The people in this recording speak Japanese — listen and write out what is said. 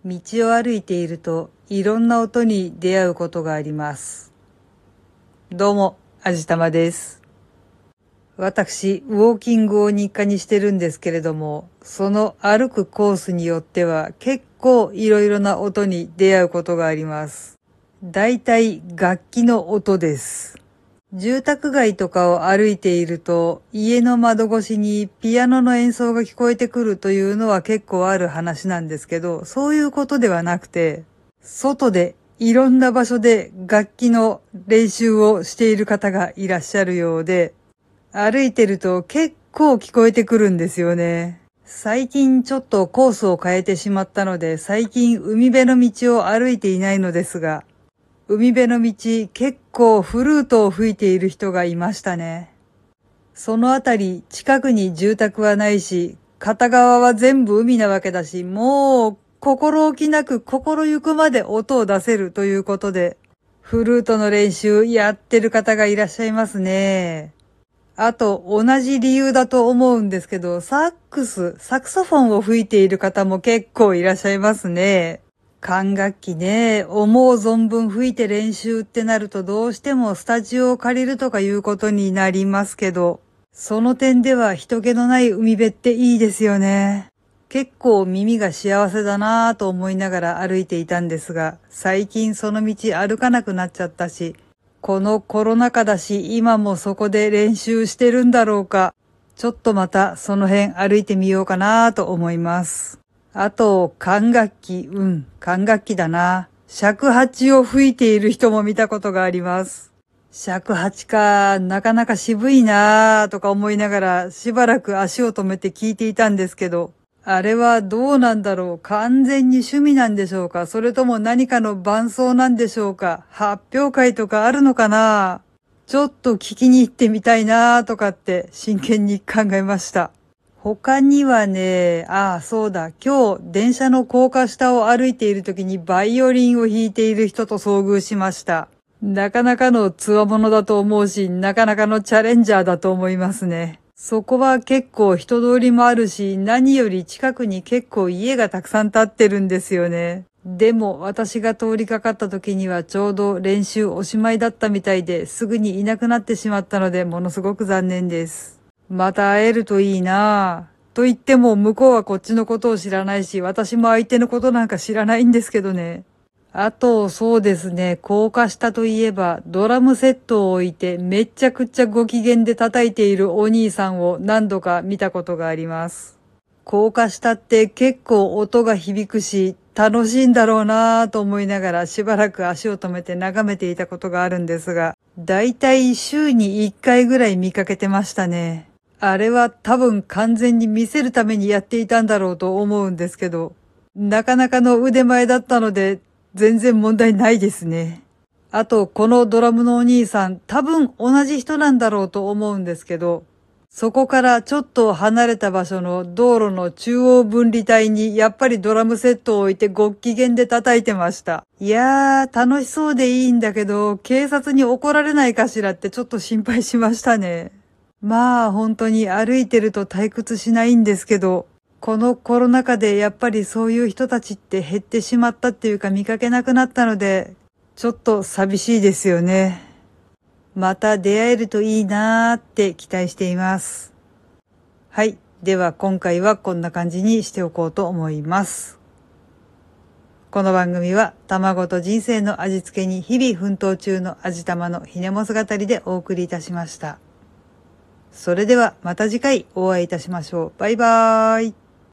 道を歩いているといろんな音に出会うことがあります。どうも、あじたまです。私、ウォーキングを日課にしてるんですけれども、その歩くコースによっては結構いろいろな音に出会うことがあります。だいたい楽器の音です。住宅街とかを歩いていると、家の窓越しにピアノの演奏が聞こえてくるというのは結構ある話なんですけど、そういうことではなくて、外でいろんな場所で楽器の練習をしている方がいらっしゃるようで、歩いてると結構聞こえてくるんですよね。最近ちょっとコースを変えてしまったので、最近海辺の道を歩いていないのですが、海辺の道、結構フルートを吹いている人がいましたね。そのあたり、近くに住宅はないし、片側は全部海なわけだし、もう、心置きなく心ゆくまで音を出せるということで、フルートの練習やってる方がいらっしゃいますね。あと、同じ理由だと思うんですけど、サクソフォンを吹いている方も結構いらっしゃいますね。管楽器ね、思う存分吹いて練習ってなるとどうしてもスタジオを借りるとかいうことになりますけど、その点では人気のない海辺っていいですよね。結構耳が幸せだなぁと思いながら歩いていたんですが、最近その道歩かなくなっちゃったし、このコロナ禍だし今もそこで練習してるんだろうか。ちょっとまたその辺歩いてみようかなぁと思います。あと、管楽器、管楽器だな。尺八を吹いている人も見たことがあります。尺八か、なかなか渋いなぁとか思いながらしばらく足を止めて聞いていたんですけど、あれはどうなんだろう。完全に趣味なんでしょうか、それとも何かの伴奏なんでしょうか、発表会とかあるのかな。ちょっと聞きに行ってみたいなぁとかって真剣に考えました。他にはね、そうだ、今日電車の高架下を歩いている時にバイオリンを弾いている人と遭遇しました。なかなかの強者だと思うし、なかなかのチャレンジャーだと思いますね。そこは結構人通りもあるし、何より近くに結構家がたくさん建ってるんですよね。でも私が通りかかった時にはちょうど練習おしまいだったみたいですぐにいなくなってしまったのでものすごく残念です。また会えるといいなぁ。と言っても向こうはこっちのことを知らないし、私も相手のことなんか知らないんですけどね。あと、そうですね、高架下といえば、ドラムセットを置いてめちゃくちゃご機嫌で叩いているお兄さんを何度か見たことがあります。高架下って結構音が響くし、楽しいんだろうなぁと思いながらしばらく足を止めて眺めていたことがあるんですが、だいたい週に1回ぐらい見かけてましたね。あれは多分完全に見せるためにやっていたんだろうと思うんですけど、なかなかの腕前だったので全然問題ないですね。あと、このドラムのお兄さん、多分同じ人なんだろうと思うんですけど、そこからちょっと離れた場所の道路の中央分離帯にやっぱりドラムセットを置いてご機嫌で叩いてました。いやー、楽しそうでいいんだけど、警察に怒られないかしらってちょっと心配しましたね。まあ本当に歩いてると退屈しないんですけど、このコロナ禍でやっぱりそういう人たちって減ってしまったっていうか見かけなくなったので、ちょっと寂しいですよね。また出会えるといいなーって期待しています。はい。では今回はこんな感じにしておこうと思います。この番組は卵と人生の味付けに日々奮闘中の味玉のひねもす語りでお送りいたしました。それではまた次回お会いいたしましょう。バイバーイ。